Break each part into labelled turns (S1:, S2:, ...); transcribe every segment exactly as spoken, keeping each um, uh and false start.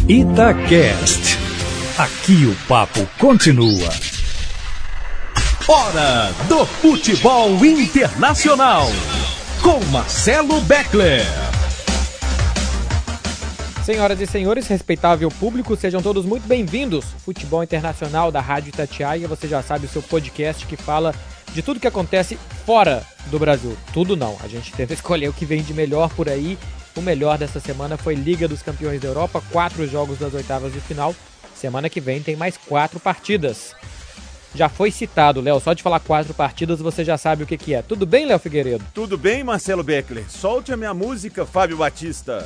S1: Itacast. Aqui o papo continua. Hora do Futebol Internacional, com Marcelo Beckler.
S2: Senhoras e senhores, respeitável público, sejam todos muito bem-vindos. Futebol Internacional da Rádio Itatiaia, você já sabe, o seu podcast que fala de tudo que acontece fora do Brasil. Tudo não, a gente tenta escolher o que vem de melhor por aí. O melhor dessa semana foi Liga dos Campeões da Europa, quatro jogos das oitavas de final. Semana que vem tem mais quatro partidas. Já foi citado, Léo, só de falar quatro partidas você já sabe o que, que é. Tudo bem, Léo Figueiredo?
S3: Tudo bem, Marcelo Beckler. Solte a minha música, Fábio Batista.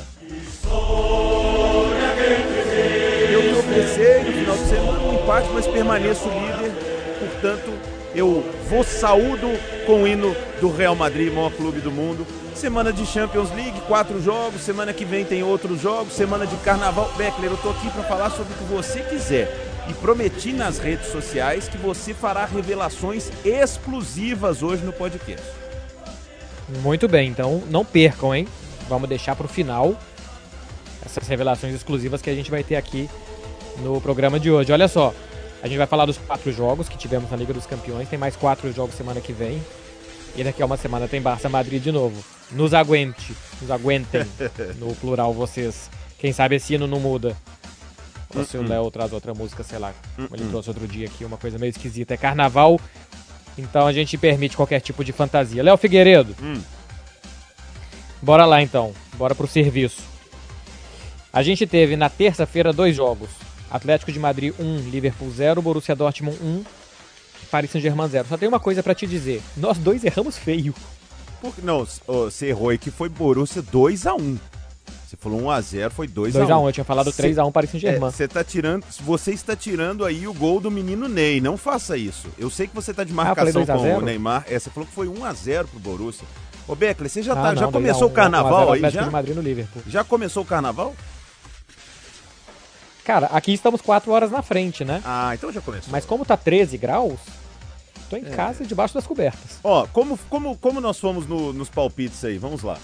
S3: Eu tropecei no final de semana um empate, mas permaneço líder. Portanto, eu vou saúdo com o hino do Real Madrid, maior clube do mundo. Semana de Champions League, quatro jogos. Semana que vem tem outros jogos. Semana de Carnaval. Beckler, eu tô aqui para falar sobre o que você quiser. E prometi nas redes sociais que você fará revelações exclusivas hoje no podcast.
S2: Muito bem, então não percam, hein? Vamos deixar para o final essas revelações exclusivas que a gente vai ter aqui no programa de hoje. Olha só, a gente vai falar dos quatro jogos que tivemos na Liga dos Campeões. Tem mais quatro jogos semana que vem. E daqui a uma semana tem Barça Madrid de novo. Nos aguente, nos aguentem, no plural vocês. Quem sabe esse hino não muda. Ou se o Léo traz outra música, sei lá, como ele trouxe outro dia aqui, uma coisa meio esquisita. É carnaval, então a gente permite qualquer tipo de fantasia. Léo Figueiredo, hum. bora lá então, bora pro serviço. A gente teve na terça-feira dois jogos. Atlético de Madrid um, Liverpool zero, Borussia Dortmund um, Paris Saint-Germain zero. Só tem uma coisa pra te dizer, nós dois erramos feio.
S3: Por, não, você errou aí que foi Borussia dois a um. Você falou um a zero, foi dois a um.
S2: dois a um, eu tinha falado três a um Paris Saint-Germain.
S3: É, você tá tirando, você está tirando aí o gol do menino Ney, não faça isso. Eu sei que você tá de marcação ah, com o Neymar. É, você falou que foi um a zero pro Borussia. Ô Beckler, você já, tá, ah, não, já começou um, o carnaval aí já?
S2: De Madrid no Liverpool.
S3: Já começou o carnaval?
S2: Cara, aqui estamos quatro horas na frente, né?
S3: Ah, então já começou.
S2: Mas como tá treze graus, tô em é. casa debaixo das cobertas.
S3: Ó, como, como, como nós fomos no, nos palpites aí? Vamos lá.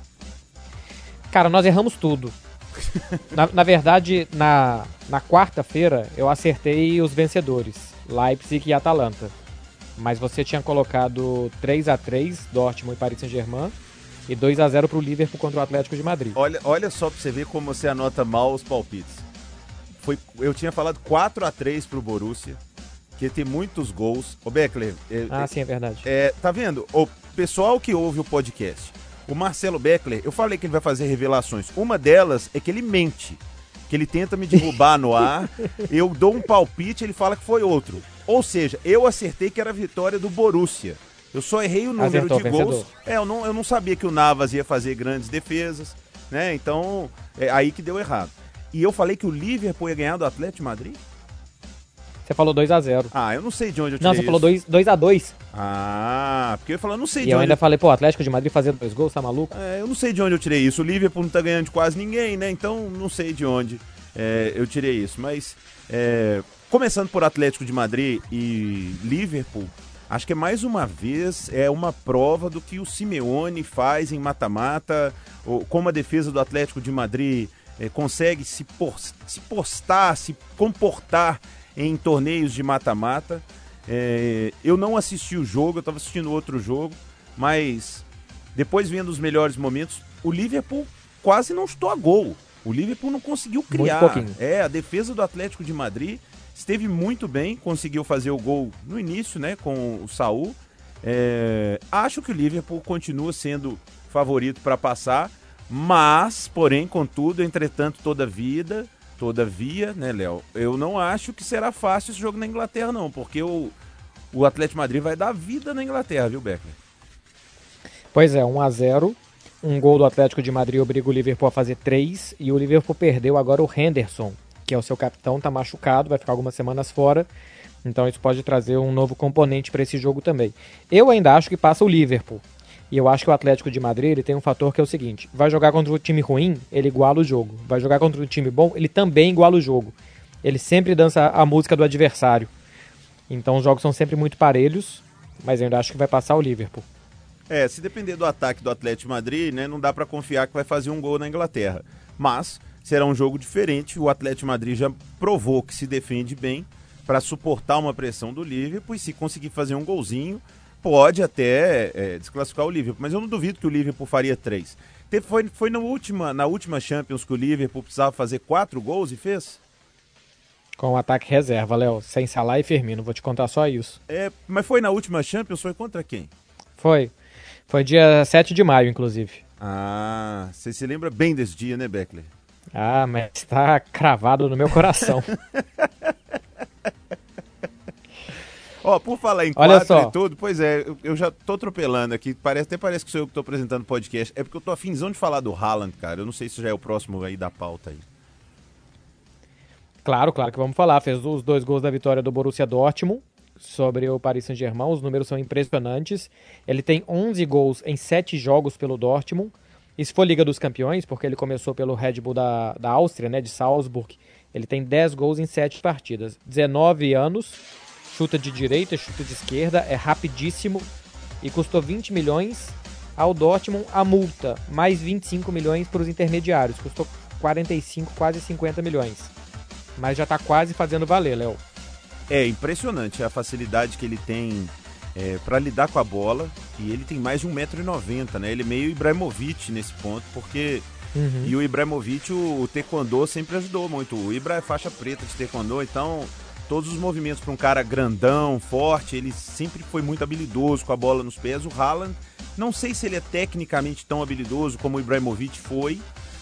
S2: Cara, nós erramos tudo. na, na verdade, na, na quarta-feira, eu acertei os vencedores, Leipzig e Atalanta. Mas você tinha colocado três a três, Dortmund e Paris Saint-Germain, e dois a zero pro Liverpool contra o Atlético de Madrid.
S3: Olha, olha só pra você ver como você anota mal os palpites. Foi, eu tinha falado quatro a três pro Borussia, que tem muitos gols. Ô Beckler... É,
S2: ah,
S3: é,
S2: sim, é verdade.
S3: É, tá vendo? O pessoal que ouve o podcast... O Marcelo Beckler, eu falei que ele vai fazer revelações. Uma delas é que ele mente, que ele tenta me derrubar no ar. Eu dou um palpite, ele fala que foi outro. Ou seja, eu acertei que era a vitória do Borussia. Eu só errei o número Acertou, de gols. Vencedor. É, eu não, eu não sabia que o Navas ia fazer grandes defesas, né? Então, é aí que deu errado. E eu falei que o Liverpool ia ganhar do Atlético de Madrid?
S2: Você falou dois a zero.
S3: Ah, eu não sei de onde eu tirei
S2: Não, você
S3: isso.
S2: falou dois a dois.
S3: Ah, porque eu ia falar, eu não sei
S2: e
S3: de
S2: eu
S3: onde...
S2: ainda falei, pô, Atlético de Madrid fazendo dois gols, tá maluco?
S3: É, eu não sei de onde eu tirei isso. O Liverpool não tá ganhando de quase ninguém, né? Então, não sei de onde é, eu tirei isso. Mas, é, começando por Atlético de Madrid e Liverpool, acho que é mais uma vez é uma prova do que o Simeone faz em mata-mata, como a defesa do Atlético de Madrid é, consegue se, post, se postar, se comportar em torneios de mata-mata. É, eu não assisti o jogo, eu estava assistindo outro jogo, mas depois vendo os melhores momentos, o Liverpool quase não chutou a gol. O Liverpool não conseguiu criar.
S2: Muito pouquinho.
S3: É, a defesa do Atlético de Madrid esteve muito bem, conseguiu fazer o gol no início, né, com o Saúl. É, acho que o Liverpool continua sendo favorito para passar, mas, porém, contudo, entretanto, toda vida... Todavia, né, Léo, eu não acho que será fácil esse jogo na Inglaterra, não, porque o, o Atlético de Madrid vai dar vida na Inglaterra, viu, Beckler?
S2: Pois é, um a zero, um gol do Atlético de Madrid obriga o Liverpool a fazer três, e o Liverpool perdeu agora o Henderson, que é o seu capitão, tá machucado, vai ficar algumas semanas fora, então isso pode trazer um novo componente para esse jogo também. Eu ainda acho que passa o Liverpool. E eu acho que o Atlético de Madrid ele tem um fator que é o seguinte, vai jogar contra um time ruim, ele iguala o jogo. Vai jogar contra um time bom, ele também iguala o jogo. Ele sempre dança a música do adversário. Então os jogos são sempre muito parelhos, mas eu ainda acho que vai passar o Liverpool.
S3: É, se depender do ataque do Atlético de Madrid, né, não dá para confiar que vai fazer um gol na Inglaterra. Mas será um jogo diferente. O Atlético de Madrid já provou que se defende bem para suportar uma pressão do Liverpool, e se conseguir fazer um golzinho, pode até é, desclassificar o Liverpool. Mas eu não duvido que o Liverpool faria três. Teve, foi foi na, última, na última Champions que o Liverpool precisava fazer quatro gols e fez?
S2: Com o ataque reserva, Léo, sem Salah e Firmino, vou te contar só isso.
S3: É, mas foi na última Champions, foi contra quem?
S2: Foi. Foi dia sete de maio, inclusive.
S3: Ah, você se lembra bem desse dia, né, Beckler?
S2: Ah, mas tá cravado no meu coração.
S3: Ó, oh, por falar em
S2: Olha
S3: quatro
S2: só.
S3: e tudo, pois é, eu, eu já tô atropelando aqui, parece, até parece que sou eu que tô apresentando o podcast, é porque eu tô afinzão de falar do Haaland, cara, eu não sei se já é o próximo aí da pauta aí.
S2: Claro, claro que vamos falar, fez os dois gols da vitória do Borussia Dortmund sobre o Paris Saint-Germain, os números são impressionantes, ele tem onze gols em sete jogos pelo Dortmund, e se for Liga dos Campeões, porque ele começou pelo Red Bull da, da Áustria, né, de Salzburg, ele tem dez gols em sete partidas, dezenove anos, chuta de direita, chuta de esquerda, é rapidíssimo e custou vinte milhões ao Dortmund a multa, mais vinte e cinco milhões para os intermediários, custou quarenta e cinco, quase cinquenta milhões. Mas já tá quase fazendo valer, Léo.
S3: É impressionante a facilidade que ele tem é, para lidar com a bola, e ele tem mais de um metro e noventa, né? Ele é meio Ibrahimovic nesse ponto, porque... Uhum. E o Ibrahimovic, o, o taekwondo sempre ajudou muito. O Ibra é faixa preta de taekwondo, então... Todos os movimentos para um cara grandão, forte, ele sempre foi muito habilidoso com a bola nos pés. O Haaland, não sei se ele é tecnicamente tão habilidoso como o Ibrahimovic foi,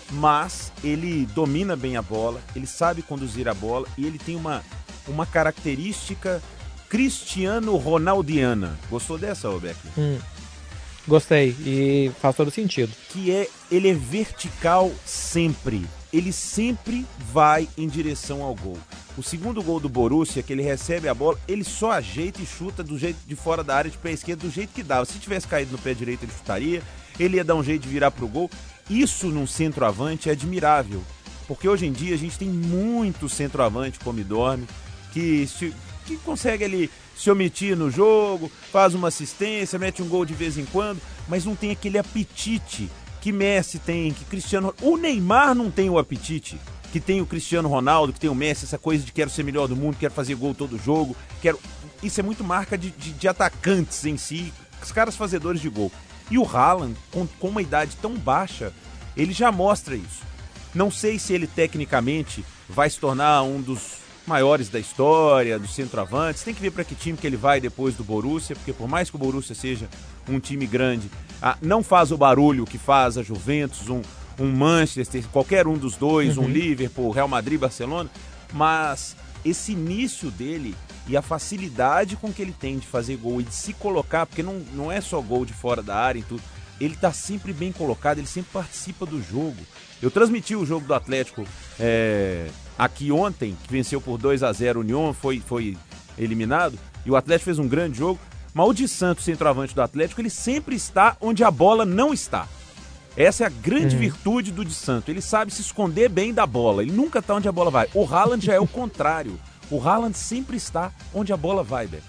S3: mas ele domina bem a bola, ele sabe conduzir a bola e ele tem uma, uma característica Cristiano Ronaldiana. Gostou dessa, Roberto?
S2: Hum, gostei e faz todo sentido.
S3: Que é, ele é vertical sempre. Ele sempre vai em direção ao gol. O segundo gol do Borussia, que ele recebe a bola, ele só ajeita e chuta do jeito de fora da área, de pé esquerdo, do jeito que dava. Se tivesse caído no pé direito, ele chutaria, ele ia dar um jeito de virar pro gol. Isso num centroavante é admirável, porque hoje em dia a gente tem muito centroavante como o Dorme, que, se, que consegue ali se omitir no jogo, faz uma assistência, mete um gol de vez em quando, mas não tem aquele apetite que Messi tem, que Cristiano... O Neymar não tem o apetite que tem o Cristiano Ronaldo, que tem o Messi, essa coisa de quero ser melhor do mundo, quero fazer gol todo jogo, quero... Isso é muito marca de, de, de atacantes em si, os caras fazedores de gol. E o Haaland, com, com uma idade tão baixa, ele já mostra isso. Não sei se ele tecnicamente vai se tornar um dos maiores da história, dos centroavantes. Tem que ver para que time que ele vai depois do Borussia, porque por mais que o Borussia seja um time grande, ah, não faz o barulho que faz a Juventus, um, um Manchester, qualquer um dos dois, uhum. um Liverpool, Real Madrid, Barcelona, mas esse início dele e a facilidade com que ele tem de fazer gol e de se colocar, porque não, não é só gol de fora da área e tudo, ele tá sempre bem colocado, ele sempre participa do jogo. Eu transmiti o jogo do Atlético é, aqui ontem, que venceu por dois a zero o Union, foi, foi eliminado, e o Atlético fez um grande jogo, mas o de Santos, centroavante do Atlético, ele sempre está onde a bola não está. Essa é a grande uhum. virtude do de Santos, ele sabe se esconder bem da bola, ele nunca está onde a bola vai. O Haaland já é o contrário, o Haaland sempre está onde a bola vai, Beto.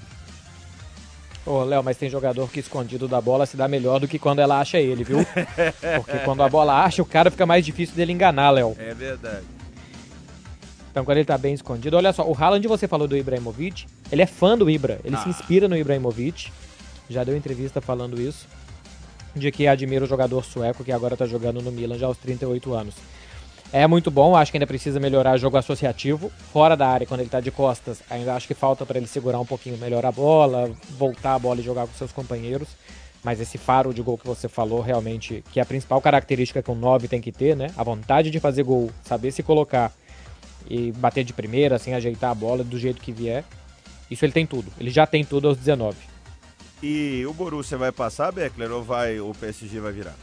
S2: Ô, Léo, mas tem jogador que escondido da bola se dá melhor do que quando ela acha ele, viu? Porque quando a bola acha, o cara fica mais difícil dele enganar, Léo.
S3: É verdade.
S2: Então, quando ele tá bem escondido... Olha só, o Haaland, você falou do Ibrahimovic, ele é fã do Ibra, ele ah. se inspira no Ibrahimovic, já deu entrevista falando isso, de que admira o jogador sueco que agora tá jogando no Milan já aos trinta e oito anos. É muito bom, acho que ainda precisa melhorar o jogo associativo, fora da área, quando ele tá de costas, ainda acho que falta para ele segurar um pouquinho melhor a bola, voltar a bola e jogar com seus companheiros, mas esse faro de gol que você falou, realmente, que é a principal característica que um nove tem que ter, né, a vontade de fazer gol, saber se colocar e bater de primeira, assim, ajeitar a bola do jeito que vier, isso ele tem tudo, ele já tem tudo aos dezenove.
S3: E o Borussia vai passar, Beckler, ou vai, o P S G vai virar?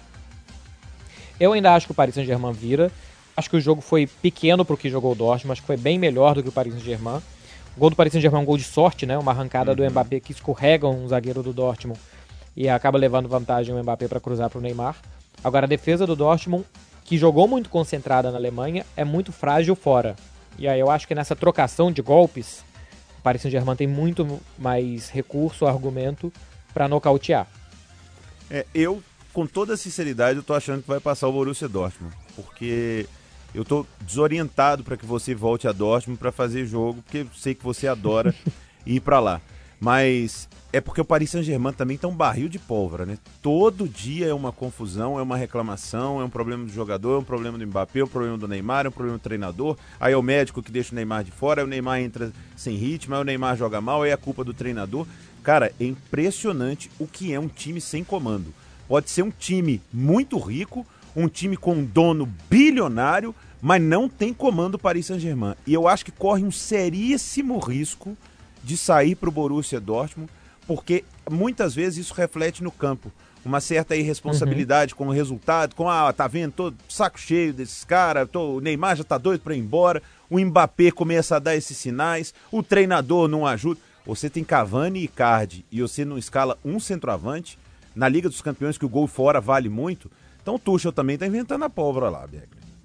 S2: Eu ainda acho que o Paris Saint-Germain vira. Acho que o jogo foi pequeno para o que jogou o Dortmund, acho que foi bem melhor do que o Paris Saint-Germain. O gol do Paris Saint-Germain é um gol de sorte, né? Uma arrancada uhum. do Mbappé que escorrega um zagueiro do Dortmund e acaba levando vantagem o Mbappé para cruzar para o Neymar. Agora, a defesa do Dortmund, que jogou muito concentrada na Alemanha, é muito frágil fora. E aí eu acho que nessa trocação de golpes, o Paris Saint-Germain tem muito mais recurso, argumento para nocautear.
S3: É, eu, com toda sinceridade, eu tô achando que vai passar o Borussia Dortmund, porque eu tô desorientado para que você volte a Dortmund para fazer jogo, porque eu sei que você adora ir para lá. Mas é porque o Paris Saint-Germain também tá um barril de pólvora, né? Todo dia é uma confusão, é uma reclamação, é um problema do jogador, é um problema do Mbappé, é um problema do Neymar, é um problema do treinador. Aí é o médico que deixa o Neymar de fora, aí o Neymar entra sem ritmo, aí o Neymar joga mal, aí é a culpa do treinador. Cara, é impressionante o que é um time sem comando. Pode ser um time muito rico, um time com um dono bilionário, mas não tem comando o Paris Saint-Germain. E eu acho que corre um seríssimo risco de sair para o Borussia Dortmund, porque muitas vezes isso reflete no campo. Uma certa irresponsabilidade uhum. com o resultado, com, ah, tá vendo, tô saco cheio desses caras, o Neymar já tá doido para ir embora, o Mbappé começa a dar esses sinais, o treinador não ajuda. Você tem Cavani e Icardi e você não escala um centroavante, na Liga dos Campeões que o gol fora vale muito, então o Tuchel também tá inventando a pólvora lá, Beckler.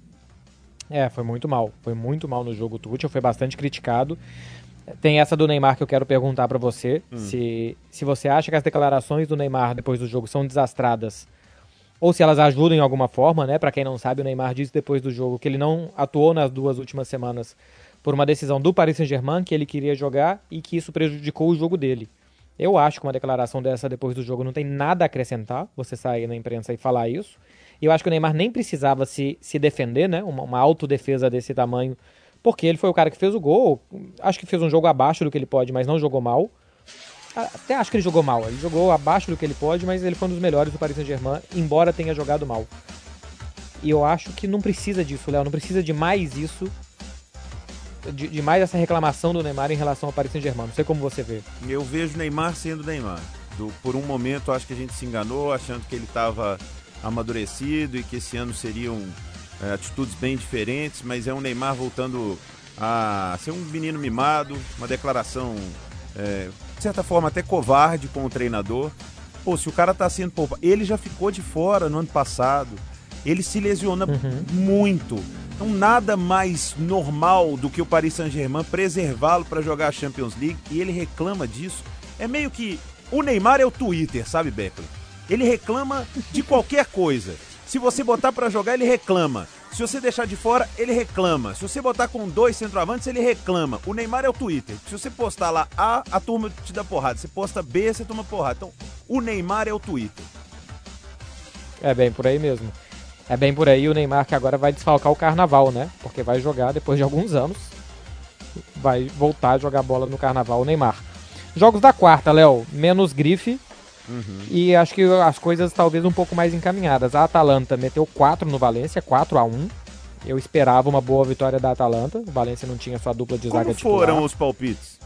S2: É, foi muito mal, foi muito mal no jogo o Tuchel, foi bastante criticado. Tem essa do Neymar que eu quero perguntar pra você, hum. se, se você acha que as declarações do Neymar depois do jogo são desastradas, ou se elas ajudam em alguma forma, né? Pra quem não sabe, o Neymar disse depois do jogo que ele não atuou nas duas últimas semanas por uma decisão do Paris Saint-Germain, que ele queria jogar e que isso prejudicou o jogo dele. Eu acho que uma declaração dessa depois do jogo não tem nada a acrescentar, você sair na imprensa e falar isso. E eu acho que o Neymar nem precisava se, se defender, né? Uma, uma autodefesa desse tamanho, porque ele foi o cara que fez o gol. Acho que fez um jogo abaixo do que ele pode, mas não jogou mal. Até acho que ele jogou mal. Ele jogou abaixo do que ele pode, mas ele foi um dos melhores do Paris Saint-Germain, embora tenha jogado mal. E eu acho que não precisa disso, Léo. Não precisa de mais isso, de, de mais essa reclamação do Neymar em relação ao Paris Saint-Germain. Não sei como você vê.
S3: Eu vejo Neymar sendo Neymar. Do, por um momento, acho que a gente se enganou, achando que ele estava amadurecido e que esse ano seriam é, atitudes bem diferentes, mas é um Neymar voltando a ser um menino mimado, uma declaração, é, de certa forma, até covarde com o treinador. Pô, se o cara tá sendo poupado, ele já ficou de fora no ano passado, ele se lesiona uhum. muito. Então nada mais normal do que o Paris Saint-Germain preservá-lo para jogar a Champions League, e ele reclama disso. É meio que o Neymar é o Twitter, sabe, Beckler? Ele reclama de qualquer coisa. Se você botar pra jogar, ele reclama. Se você deixar de fora, ele reclama. Se você botar com dois centroavantes, ele reclama. O Neymar é o Twitter. Se você postar lá A, a turma te dá porrada. Se posta B, você toma porrada. Então, o Neymar é o Twitter.
S2: É bem por aí mesmo. É bem por aí o Neymar que agora vai desfalcar o Carnaval, né? Porque vai jogar depois de alguns anos. Vai voltar a jogar bola no Carnaval o Neymar. Jogos da quarta, Léo. Menos grife. Uhum. E acho que as coisas talvez um pouco mais encaminhadas. A Atalanta meteu quatro no Valência, quatro a um. Eu esperava uma boa vitória da Atalanta. O Valência não tinha sua dupla de
S3: Como
S2: zaga titular.
S3: Como foram os palpites?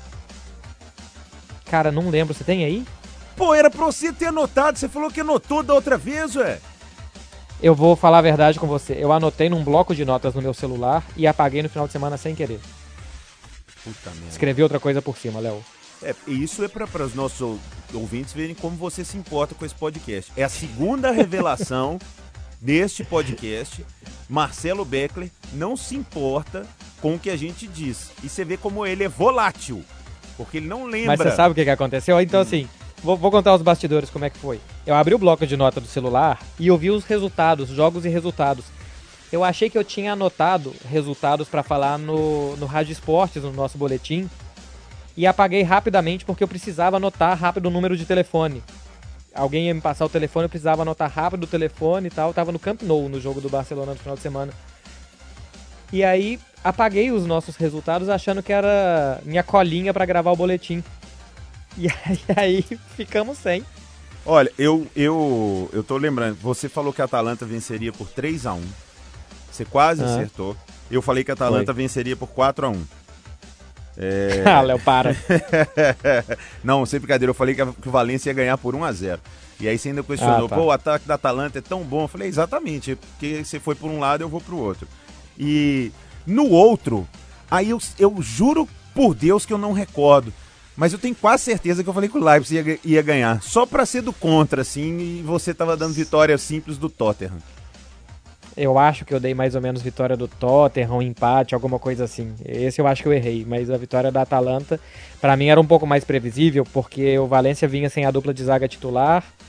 S2: Cara, não lembro. Você tem aí?
S3: Pô, era pra você ter anotado. Você falou que anotou da outra vez, ué.
S2: Eu vou falar a verdade com você. Eu anotei num bloco de notas no meu celular e apaguei no final de semana sem querer.
S3: Puta merda.
S2: Escrevi outra coisa por cima, Léo.
S3: É, isso é para os nossos ouvintes verem como você se importa com esse podcast. É a segunda revelação deste podcast. Marcelo Beckler não se importa com o que a gente diz. E você vê como ele é volátil, porque ele não lembra.
S2: Mas você sabe o que, que aconteceu? Então, hum. assim, vou, vou contar os bastidores como é que foi. Eu abri o bloco de nota do celular e eu vi os resultados, jogos e resultados. Eu achei que eu tinha anotado resultados para falar no, no Rádio Esportes, no nosso boletim, e apaguei rapidamente porque eu precisava anotar rápido o número de telefone. Alguém ia me passar o telefone, eu precisava anotar rápido o telefone e tal. Eu tava no Camp Nou, no jogo do Barcelona no final de semana. E aí apaguei os nossos resultados achando que era minha colinha pra gravar o boletim. E aí, aí ficamos sem.
S3: Olha, eu, eu, eu tô lembrando, você falou que a Atalanta venceria por três a um. Você quase ah. acertou. Eu falei que a Atalanta Foi. venceria por quatro a um.
S2: É... Ah, Léo, para.
S3: Não, sem brincadeira, eu falei que, a, que o Valência ia ganhar por um a zero. E aí você ainda questionou, ah, tá. pô, o ataque da Atalanta é tão bom. Eu falei, exatamente, porque você foi por um lado, eu vou pro outro. E no outro, aí eu, eu juro por Deus que eu não recordo, mas eu tenho quase certeza que eu falei que o Leipzig ia, ia ganhar, só pra ser do contra, assim, e você tava dando vitória simples do Tottenham.
S2: Eu acho que eu dei mais ou menos vitória do Tottenham, empate, alguma coisa assim. Esse eu acho que eu errei, mas a vitória da Atalanta, pra mim era um pouco mais previsível, porque o Valência vinha sem a dupla de zaga titular,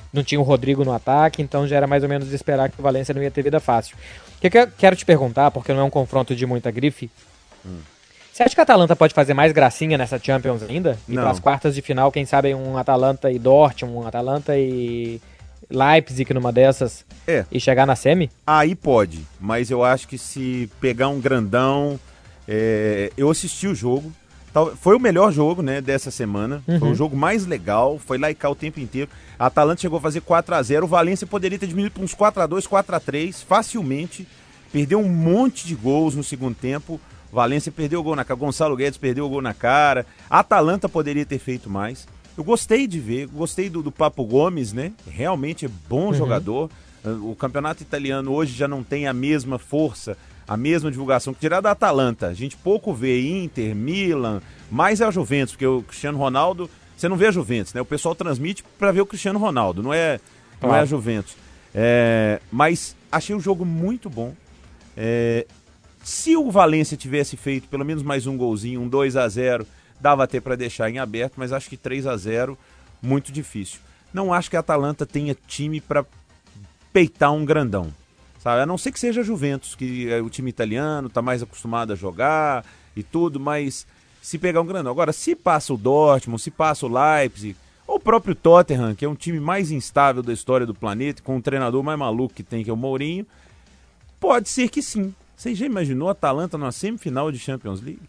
S2: não tinha o Rodrigo no ataque, então já era mais ou menos de esperar que o Valência não ia ter vida fácil. O que eu quero te perguntar, porque não é um confronto de muita grife, hum. você acha que a Atalanta pode fazer mais gracinha nessa Champions ainda? Ir para as quartas de final, quem sabe um Atalanta e Dortmund, um Atalanta e Leipzig numa dessas
S3: é.
S2: e chegar na semi?
S3: Aí pode, mas eu acho que se pegar um grandão... É, eu assisti o jogo, foi o melhor jogo, né, dessa semana, uhum. Foi o jogo mais legal, foi lá e cá o tempo inteiro. A Atalanta chegou a fazer quatro a zero, o Valência poderia ter diminuído para uns quatro a dois, quatro a três, facilmente, perdeu um monte de gols no segundo tempo. O Valência perdeu o gol na cara, Gonçalo Guedes perdeu o gol na cara, a Atalanta poderia ter feito mais. Eu gostei de ver, gostei do, do Papo Gomes, né, realmente é bom uhum. jogador. O campeonato italiano hoje já não tem a mesma força, a mesma divulgação que tirar da Atalanta. A gente pouco vê Inter, Milan, mais é a Juventus, porque o Cristiano Ronaldo, você não vê a Juventus, né? O pessoal transmite para ver o Cristiano Ronaldo, não é, não é a Juventus. É, mas achei o jogo muito bom. É, se o Valência tivesse feito pelo menos mais um golzinho, um dois a zero, dava até para deixar em aberto, mas acho que três a zero, muito difícil. Não acho que a Atalanta tenha time para peitar um grandão. Sabe? A não ser que seja a Juventus, que é o time italiano, está mais acostumado a jogar e tudo, mas se pegar um grandão. Agora, se passa o Dortmund, se passa o Leipzig, ou o próprio Tottenham, que é um time mais instável da história do planeta, com um treinador mais maluco que tem, que é o Mourinho, pode ser que sim. Você já imaginou a Atalanta numa semifinal de Champions League?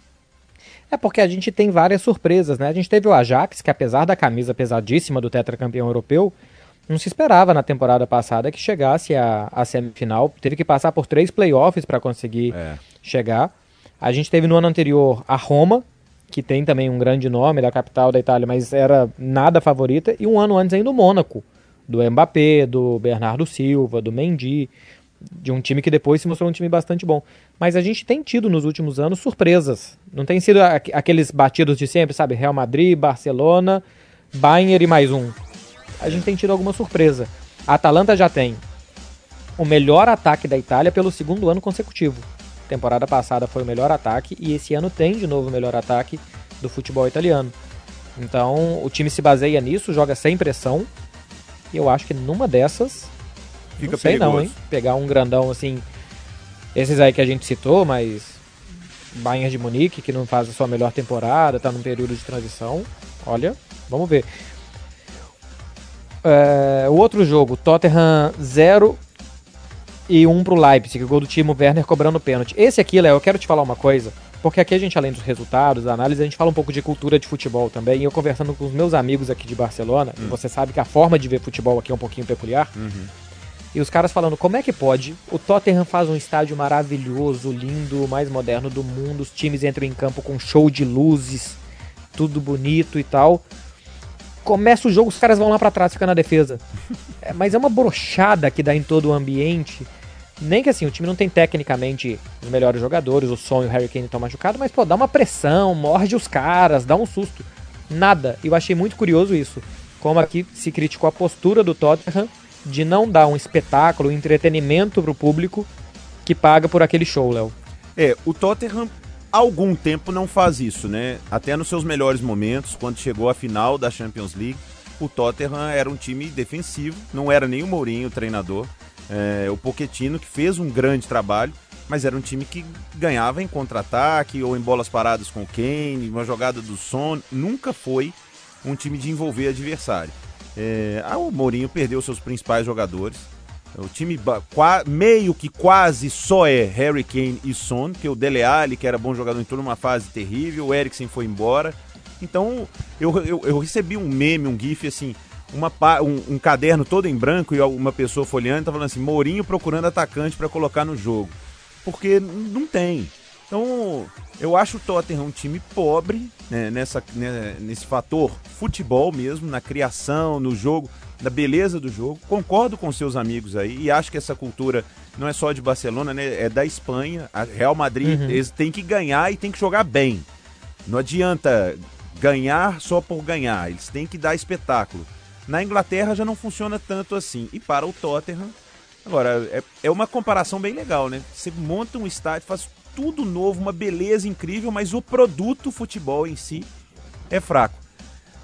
S2: É porque a gente tem várias surpresas, né? A gente teve o Ajax, que apesar da camisa pesadíssima do tetracampeão europeu, não se esperava na temporada passada que chegasse à, à semifinal. Teve que passar por três playoffs para conseguir é. chegar. A gente teve no ano anterior a Roma, que tem também um grande nome, da capital da Itália, mas era nada favorita. E um ano antes ainda o Mônaco, do Mbappé, do Bernardo Silva, do Mendy, de um time que depois se mostrou um time bastante bom. Mas a gente tem tido nos últimos anos surpresas. Não tem sido aqu- aqueles batidos de sempre, sabe? Real Madrid, Barcelona, Bayern e mais um. A gente tem tido alguma surpresa. A Atalanta já tem o melhor ataque da Itália pelo segundo ano consecutivo. Temporada passada foi o melhor ataque e esse ano tem de novo o melhor ataque do futebol italiano. Então o time se baseia nisso, joga sem pressão. E eu acho que numa dessas,
S3: Fica
S2: não sei
S3: perigoso.
S2: não, hein? Pegar um grandão assim, esses aí que a gente citou, mas Bayern de Munique, que não faz a sua melhor temporada, tá num período de transição. Olha, vamos ver. É, o outro jogo, Tottenham zero e um pro Leipzig, o gol do Timo Werner cobrando pênalti. Esse aqui, Léo, eu quero te falar uma coisa, porque aqui a gente, além dos resultados, da análise, a gente fala um pouco de cultura de futebol também, e eu conversando com os meus amigos aqui de Barcelona, hum. você sabe que a forma de ver futebol aqui é um pouquinho peculiar,
S3: uhum.
S2: e os caras falando, como é que pode? O Tottenham faz um estádio maravilhoso, lindo, o mais moderno do mundo, os times entram em campo com show de luzes, tudo bonito e tal. Começa o jogo, os caras vão lá pra trás, fica na defesa. É, mas é uma brochada que dá em todo o ambiente. Nem que assim, o time não tem tecnicamente os melhores jogadores, o Son e o Harry Kane estão machucados, mas pô, dá uma pressão, morde os caras, dá um susto. Nada. Eu achei muito curioso isso. Como aqui se criticou a postura do Tottenham de não dar um espetáculo, um entretenimento pro público que paga por aquele show, Léo.
S3: É, o Tottenham há algum tempo não faz isso, né? Até nos seus melhores momentos, quando chegou à final da Champions League, o Tottenham era um time defensivo, não era nem o Mourinho o treinador, é, o Pochettino que fez um grande trabalho, mas era um time que ganhava em contra-ataque ou em bolas paradas com o Kane, uma jogada do Son, nunca foi um time de envolver adversário. É, ah, o Mourinho perdeu seus principais jogadores. O time meio que quase só é Harry Kane e Son, porque o Dele Alli, que era bom jogador, entrou numa fase terrível, o Eriksen foi embora. Então, eu, eu, eu recebi um meme, um gif, assim, uma, um, um caderno todo em branco e uma pessoa folheando, tá falando assim, Mourinho procurando atacante para colocar no jogo. Porque não tem. Então, eu acho o Tottenham um time pobre, né, nessa, né, nesse fator futebol mesmo, na criação, no jogo, da beleza do jogo. Concordo com seus amigos aí e acho que essa cultura não é só de Barcelona, né, é da Espanha. A Real Madrid, uhum. eles têm que ganhar e têm que jogar bem. Não adianta ganhar só por ganhar, eles têm que dar espetáculo. Na Inglaterra já não funciona tanto assim. E para o Tottenham, agora, é, é uma comparação bem legal, né? Você monta um estádio, faz tudo novo, uma beleza incrível, mas o produto futebol em si é fraco.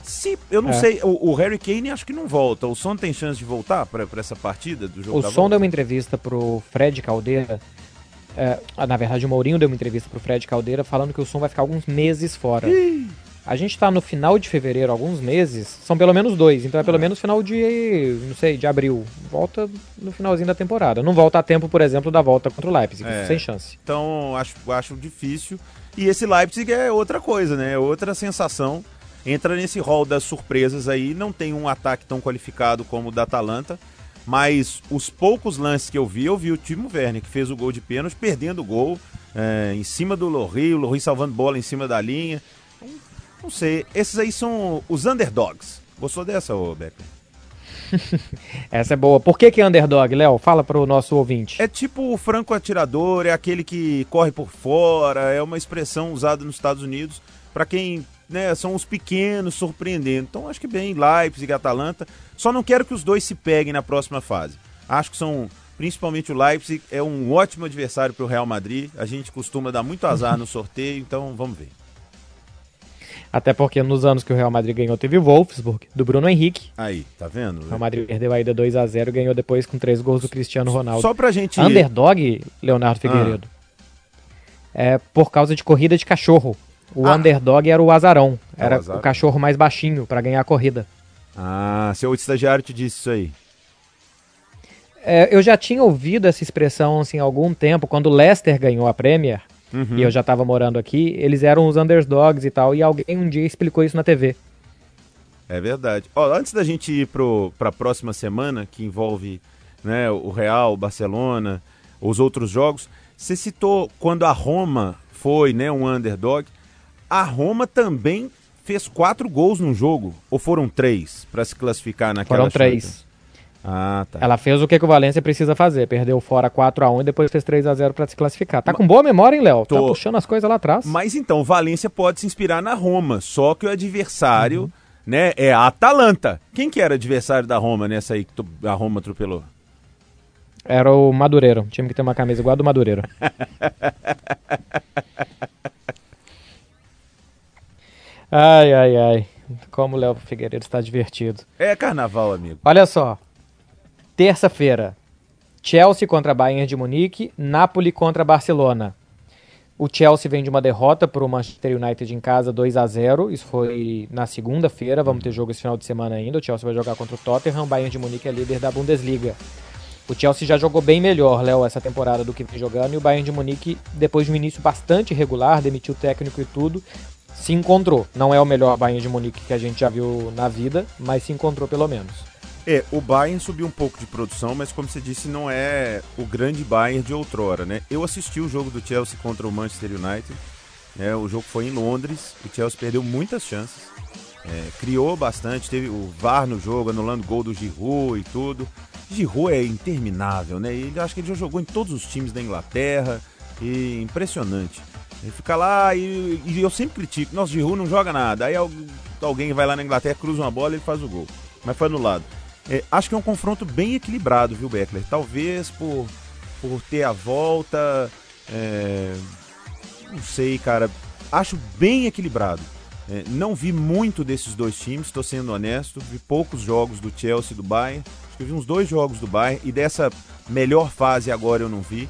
S3: Se, eu não
S2: É.
S3: sei, o, o Harry Kane acho que não volta. O Son tem chance de voltar pra, pra essa partida do jogo
S2: O
S3: da
S2: Son
S3: volta?
S2: deu uma entrevista pro Fred Caldeira. É, na verdade, o Mourinho deu uma entrevista pro Fred Caldeira falando que o Son vai ficar alguns meses fora.
S3: Ih,
S2: A gente tá no final de fevereiro, alguns meses, são pelo menos dois, então é pelo menos final de, não sei, de abril. Volta no finalzinho da temporada. Não volta a tempo, por exemplo, da volta contra o Leipzig,
S3: É.
S2: sem chance.
S3: Então acho, acho difícil. E esse Leipzig é outra coisa, né? É outra sensação. Entra nesse hall das surpresas aí. Não tem um ataque tão qualificado como o da Atalanta. Mas os poucos lances que eu vi, eu vi o Timo Werner, que fez o gol de pênalti, perdendo o gol, é, em cima do Lohri, o Lohri salvando bola em cima da linha. Então, não sei, esses aí são os underdogs. Gostou dessa, ô Becker?
S2: Essa é boa. Por que que é underdog, Léo? Fala pro nosso ouvinte.
S3: É tipo o franco atirador, é aquele que corre por fora, é uma expressão usada nos Estados Unidos para quem, né, são os pequenos surpreendendo. Então acho que bem, Leipzig e Atalanta. Só não quero que os dois se peguem na próxima fase. Acho que são, principalmente o Leipzig, é um ótimo adversário para o Real Madrid. A gente costuma dar muito azar no sorteio, então vamos ver.
S2: Até porque nos anos que o Real Madrid ganhou, teve o Wolfsburg, do Bruno Henrique.
S3: Aí, tá vendo?
S2: O Real Madrid perdeu a ida dois a zero e ganhou depois com três gols do Cristiano Ronaldo.
S3: Só pra gente...
S2: Underdog, Leonardo Figueiredo, é por causa de corrida de cachorro. O
S3: Ah.
S2: underdog era o azarão.
S3: É o
S2: Era
S3: azarão.
S2: o cachorro mais baixinho pra ganhar a corrida.
S3: Ah, seu estagiário te disse isso aí.
S2: É, eu já tinha ouvido essa expressão assim, há algum tempo, quando o Leicester ganhou a Premier,
S3: Uhum.
S2: e eu já tava morando aqui, eles eram os underdogs e tal, e alguém um dia explicou isso na T V.
S3: É verdade. Ó, antes da gente ir para a próxima semana, que envolve, né, o Real, o Barcelona, os outros jogos, você citou quando a Roma foi, né, um underdog. A Roma também fez quatro gols no jogo, ou foram três para se classificar naquela
S2: Foram três.
S3: Champions? Ah, tá.
S2: Ela fez o que, que o Valência precisa fazer, perdeu fora quatro a um e depois fez três a zero pra se classificar. Tá com boa memória, hein, Léo? Tá
S3: Tô.
S2: puxando as coisas lá atrás.
S3: Mas então, o Valência pode se inspirar na Roma, só que o adversário,
S2: Uhum.
S3: né, é a Atalanta. Quem que era adversário da Roma nessa aí que tu- a Roma atropelou?
S2: Era o Madureiro, time que tem uma camisa igual a do Madureiro. Ai, ai, ai. Como o Léo Figueiredo está divertido.
S3: É carnaval, amigo.
S2: Olha só. Terça-feira. Chelsea contra Bayern de Munique, Napoli contra Barcelona. O Chelsea vem de uma derrota para o Manchester United em casa, dois a zero. Isso foi na segunda-feira. Vamos ter jogo esse final de semana ainda. O Chelsea vai jogar contra o Tottenham. O Bayern de Munique é líder da Bundesliga. O Chelsea já jogou bem melhor, Léo, essa temporada do que vem jogando. E o Bayern de Munique, depois de um início bastante irregular, demitiu o técnico e tudo, se encontrou. Não é o melhor Bayern de Munique que a gente já viu na vida, mas se encontrou pelo menos.
S3: É, o Bayern subiu um pouco de produção, mas como você disse, não é o grande Bayern de outrora, né? Eu assisti o jogo do Chelsea contra o Manchester United, né? O jogo foi em Londres, o Chelsea perdeu muitas chances, é, criou bastante, teve o V A R no jogo, anulando gol do Giroud e tudo. Giroud é interminável, né? Ele, acho que ele já jogou em todos os times da Inglaterra, e impressionante. Ele fica lá e, e eu sempre critico, nossa, Giroud não joga nada, aí alguém vai lá na Inglaterra, cruza uma bola e ele faz o gol, mas foi anulado. É, acho que é um confronto bem equilibrado, viu, Beckler? Talvez por, por ter a volta, é, não sei, cara, acho bem equilibrado. É, não vi muito desses dois times, estou sendo honesto, vi poucos jogos do Chelsea e do Bayern, acho que eu vi uns dois jogos do Bayern, e dessa melhor fase agora eu não vi,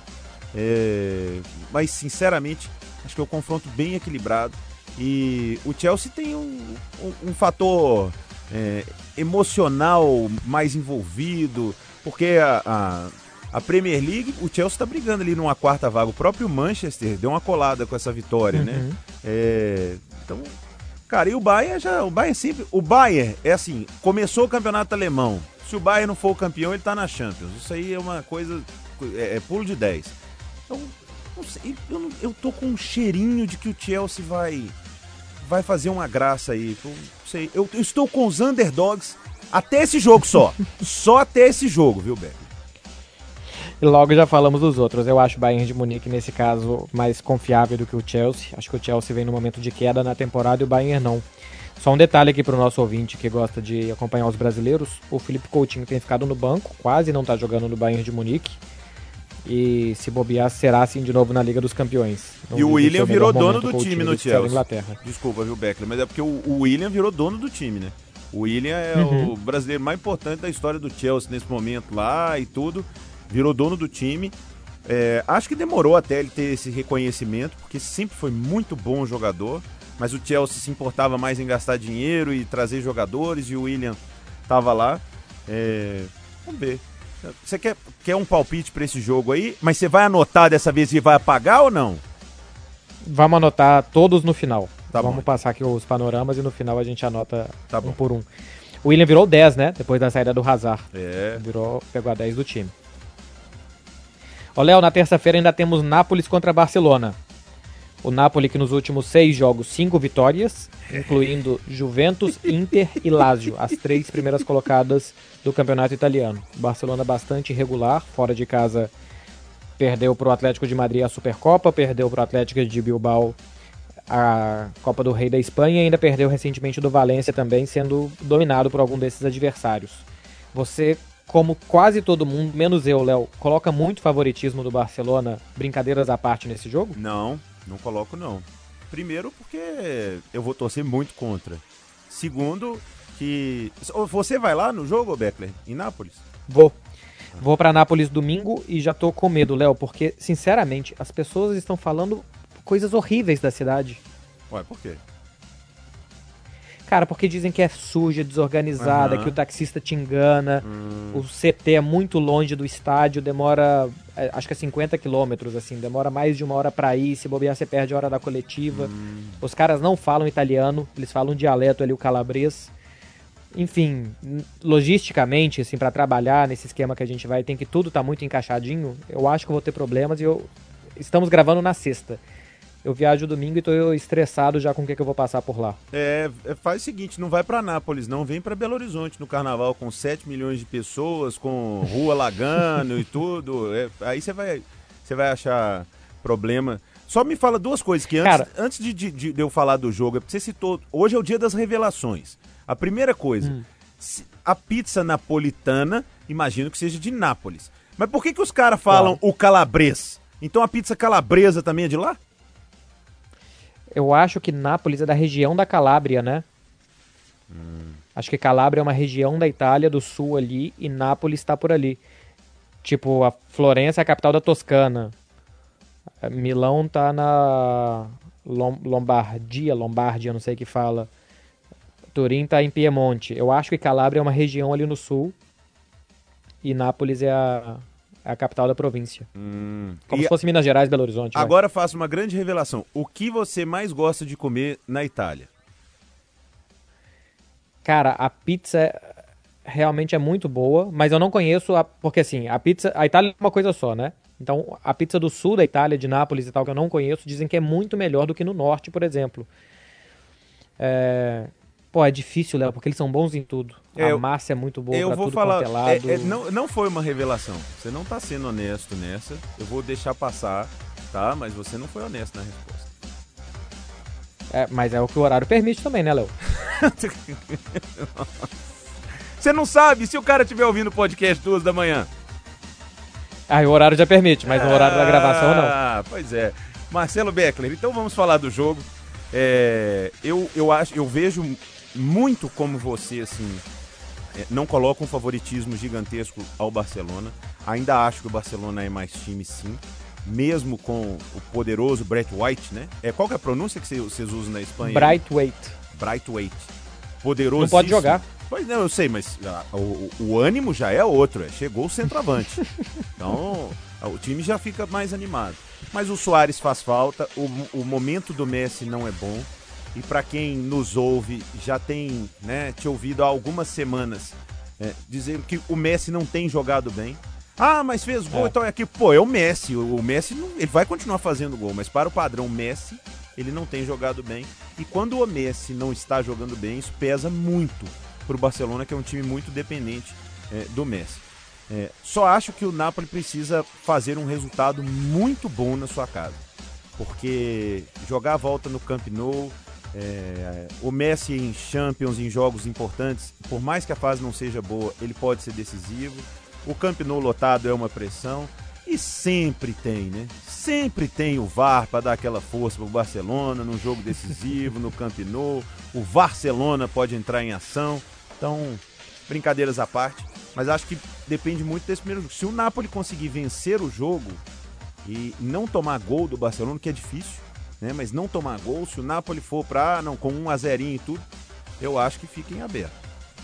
S3: é, mas sinceramente, acho que é um confronto bem equilibrado, e o Chelsea tem um, um, um fator... É, emocional mais envolvido, porque a, a, a Premier League, o Chelsea está brigando ali numa quarta vaga, o próprio Manchester deu uma colada com essa vitória,
S2: Uhum.
S3: né? É, então, cara, e o Bayern já, o Bayern sempre, o Bayern é assim, começou o campeonato alemão, se o Bayern não for o campeão, ele tá na Champions, isso aí é uma coisa, é, é pulo de dez. Então, não sei, eu, não, eu tô com um cheirinho de que o Chelsea vai... vai fazer uma graça aí. Eu, sei, eu, eu estou com os underdogs até esse jogo só. Só até esse jogo, viu, Beck?
S2: E logo já falamos dos outros. Eu acho o Bayern de Munique, nesse caso, mais confiável do que o Chelsea. Acho que o Chelsea vem no momento de queda na temporada e o Bayern não. Só um detalhe aqui para o nosso ouvinte que gosta de acompanhar os brasileiros. O Felipe Coutinho tem ficado no banco, quase não está jogando no Bayern de Munique. E se bobear, será assim de novo na Liga dos Campeões.
S3: Não e o William virou dono do time, time no Chelsea.
S2: Inglaterra.
S3: Desculpa, viu, Beckler, mas é porque o, o William virou dono do time, né? O William é uhum. o brasileiro mais importante da história do Chelsea nesse momento lá e tudo. Virou dono do time. É, acho que demorou até ele ter esse reconhecimento, porque sempre foi muito bom jogador, mas o Chelsea se importava mais em gastar dinheiro e trazer jogadores, e o William tava lá. É, vamos ver. Você quer, quer um palpite para esse jogo aí? Mas você vai anotar dessa vez e vai apagar ou não?
S2: Vamos anotar todos no final.
S3: Tá
S2: Vamos
S3: bom.
S2: passar aqui os panoramas e no final a gente anota
S3: tá
S2: um
S3: bom.
S2: por um. O William virou dez, né? Depois da saída do Hazard.
S3: É.
S2: Virou, pegou a dez do time. Ô, Léo, na terça-feira ainda temos Nápoles contra Barcelona. O Napoli que nos últimos seis jogos, cinco vitórias, incluindo Juventus, Inter e Lazio, as três primeiras colocadas do campeonato italiano. O Barcelona bastante irregular, fora de casa perdeu para o Atlético de Madrid a Supercopa, perdeu para o Atlético de Bilbao a Copa do Rei da Espanha e ainda perdeu recentemente do Valência também, sendo dominado por algum desses adversários. Você, como quase todo mundo, menos eu, Léo, coloca muito favoritismo do Barcelona, brincadeiras à parte, nesse jogo?
S3: Não. Não coloco, não. Primeiro, porque eu vou torcer muito contra. Segundo, que... Você vai lá no jogo, Beckler, em Nápoles?
S2: Vou. Vou pra Nápoles domingo e já tô com medo, Léo, porque, sinceramente, as pessoas estão falando coisas horríveis da cidade.
S3: Ué, por quê?
S2: Cara, porque dizem que é suja, desorganizada, uhum. que o taxista te engana, hum. o C T é muito longe do estádio, demora, acho que é cinquenta quilômetros, assim, demora mais de uma hora pra ir, se bobear você perde a hora da coletiva. Hum. Os caras não falam italiano, eles falam um dialeto ali, o calabrês. Enfim, logisticamente, assim, pra trabalhar nesse esquema que a gente vai, tem que tudo tá muito encaixadinho, eu acho que eu vou ter problemas e eu... Estamos gravando na sexta. Eu viajo domingo e tô estressado já com o que, que eu vou passar por lá.
S3: É, faz o seguinte, não vai pra Nápoles, não. Vem pra Belo Horizonte no carnaval com sete milhões de pessoas, com rua lagando e tudo. É, aí você vai, você vai achar problema. Só me fala duas coisas que antes,
S2: Cara,
S3: antes de, de, de eu falar do jogo, é porque você citou, hoje é o dia das revelações. A primeira coisa, hum. a pizza napolitana, imagino que seja de Nápoles. Mas por que, que os caras falam claro. o calabrês? Então a pizza calabresa também é de lá?
S2: Eu acho que Nápoles é da região da Calábria, né?
S3: Hum.
S2: Acho que Calábria é uma região da Itália, do sul ali, e Nápoles está por ali. Tipo, a Florença é a capital da Toscana. Milão tá na Lombardia, Lombardia, não sei o que fala. Turim tá em Piemonte. Eu acho que Calábria é uma região ali no sul, e Nápoles é a... É a capital da província.
S3: Hum.
S2: Como
S3: e
S2: se fosse Minas Gerais, Belo Horizonte.
S3: Agora vai. Faço uma grande revelação. O que você mais gosta de comer na Itália?
S2: Cara, a pizza realmente é muito boa, mas eu não conheço, a, porque assim, a pizza... A Itália é uma coisa só, né? Então, a pizza do sul da Itália, de Nápoles e tal, que eu não conheço, dizem que é muito melhor do que no norte, por exemplo. É... Pô, é difícil, Léo, porque eles são bons em tudo.
S3: É,
S2: a massa é muito boa
S3: eu
S2: pra
S3: vou
S2: tudo
S3: falar,
S2: quanto é lado.
S3: É, é, não, não foi uma revelação. Você não tá sendo honesto nessa. Eu vou deixar passar, tá? Mas você não foi honesto na resposta.
S2: É, mas é o que o horário permite também, né, Léo?
S3: Você não sabe se o cara estiver ouvindo o podcast duas da manhã.
S2: Ah, o horário já permite, mas no horário da gravação não.
S3: Ah, pois é. Marcelo Beckler, então vamos falar do jogo. É, eu, eu, acho, eu vejo... muito como você, assim, não coloca um favoritismo gigantesco ao Barcelona. Ainda acho que o Barcelona é mais time, sim. Mesmo com o poderoso Brett White, né? É, qual que é a pronúncia que vocês usam na Espanha?
S2: Braithwaite.
S3: Braithwaite. Poderoso.
S2: Não pode jogar.
S3: Pois não, eu sei, mas ah, o, o ânimo já é outro. É, chegou o centroavante. Então, o time já fica mais animado. Mas o Suárez faz falta. O, o momento do Messi não é bom. E para quem nos ouve, já tem, né, te ouvido há algumas semanas é, dizendo que o Messi não tem jogado bem. Ah, mas fez gol, é. então é aqui. Pô, é o Messi. O Messi não, ele vai continuar fazendo gol, mas para o padrão Messi, ele não tem jogado bem. E quando o Messi não está jogando bem, isso pesa muito para o Barcelona, que é um time muito dependente é, do Messi. É, só acho que o Napoli precisa fazer um resultado muito bom na sua casa. Porque jogar a volta no Camp Nou... É, o Messi em Champions, em jogos importantes, por mais que a fase não seja boa, ele pode ser decisivo. O Camp Nou lotado é uma pressão. E sempre tem, né? Sempre tem o V A R para dar aquela força pro Barcelona num jogo decisivo, no Camp Nou. O Barcelona pode entrar em ação. Então, brincadeiras à parte. Mas acho que depende muito desse primeiro jogo. Se o Napoli conseguir vencer o jogo e não tomar gol do Barcelona, que é difícil, né? Mas não tomar gol, se o Napoli for pra, não, com um a zero e tudo, eu acho que fica em aberto.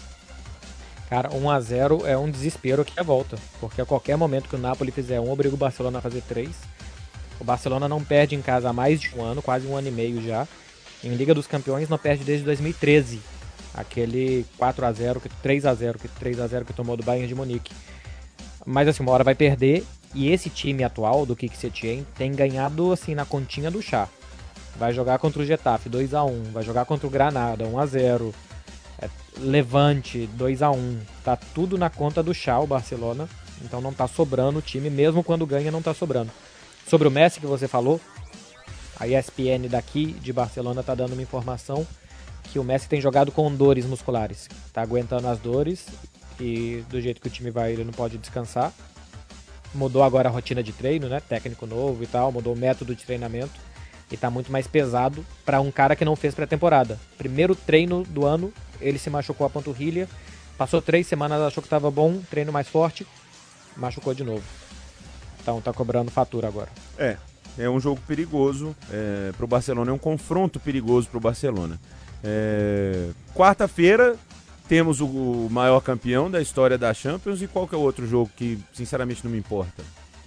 S2: Cara, um a zero é um desespero aqui à volta, porque a qualquer momento que o Napoli fizer um, obriga o Barcelona a fazer três. O Barcelona não perde em casa há mais de um ano, quase um ano e meio já. Em Liga dos Campeões não perde desde dois mil e treze, aquele quatro a zero, três a zero, três a zero que tomou do Bayern de Munique. Mas assim, uma hora vai perder, e esse time atual do Quique Setien tem ganhado assim na continha do chá. Vai jogar contra o Getafe dois a um, vai jogar contra o Granada um a zero. É, Levante dois a um, tá tudo na conta do chá o Barcelona, então não tá sobrando o time, mesmo quando ganha não tá sobrando. Sobre o Messi que você falou, a E S P N daqui de Barcelona tá dando uma informação que o Messi tem jogado com dores musculares, tá aguentando as dores e do jeito que o time vai ele não pode descansar. Mudou agora a rotina de treino, né, técnico novo e tal, mudou o método de treinamento e tá muito mais pesado para um cara que não fez pré-temporada. Primeiro treino do ano, ele se machucou a panturrilha, passou três semanas, achou que estava bom, treino mais forte, machucou de novo. Então tá cobrando fatura agora.
S3: É, é um jogo perigoso é, pro Barcelona, é um confronto perigoso pro Barcelona. É, quarta-feira temos o maior campeão da história da Champions, e qual que é o outro jogo que sinceramente não me importa?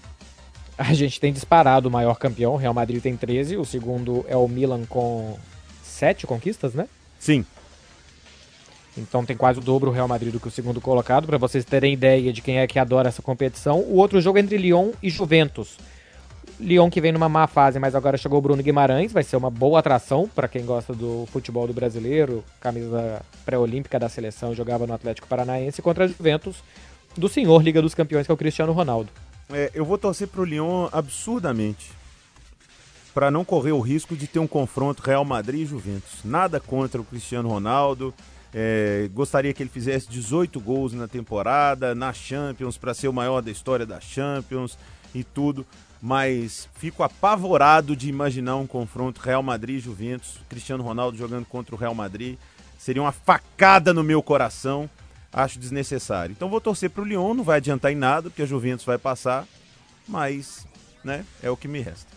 S2: A gente tem disparado o maior campeão, o Real Madrid tem treze, o segundo é o Milan com sete conquistas, né?
S3: Sim.
S2: Então tem quase o dobro o Real Madrid do que o segundo colocado, para vocês terem ideia de quem é que adora essa competição. O outro jogo é entre Lyon e Juventus. Lyon que vem numa má fase, mas agora chegou o Bruno Guimarães, vai ser uma boa atração para quem gosta do futebol do brasileiro, camisa pré-olímpica da seleção, jogava no Atlético Paranaense, contra a Juventus do senhor Liga dos Campeões, que é o Cristiano Ronaldo.
S3: É, eu vou torcer pro Lyon absurdamente, para não correr o risco de ter um confronto Real Madrid e Juventus. Nada contra o Cristiano Ronaldo. É, gostaria que ele fizesse dezoito gols na temporada, na Champions, para ser o maior da história da Champions e tudo, mas fico apavorado de imaginar um confronto Real Madrid e Juventus, Cristiano Ronaldo jogando contra o Real Madrid, seria uma facada no meu coração, acho desnecessário. Então vou torcer pro Lyon, não vai adiantar em nada, porque a Juventus vai passar, mas, né, é o que me resta.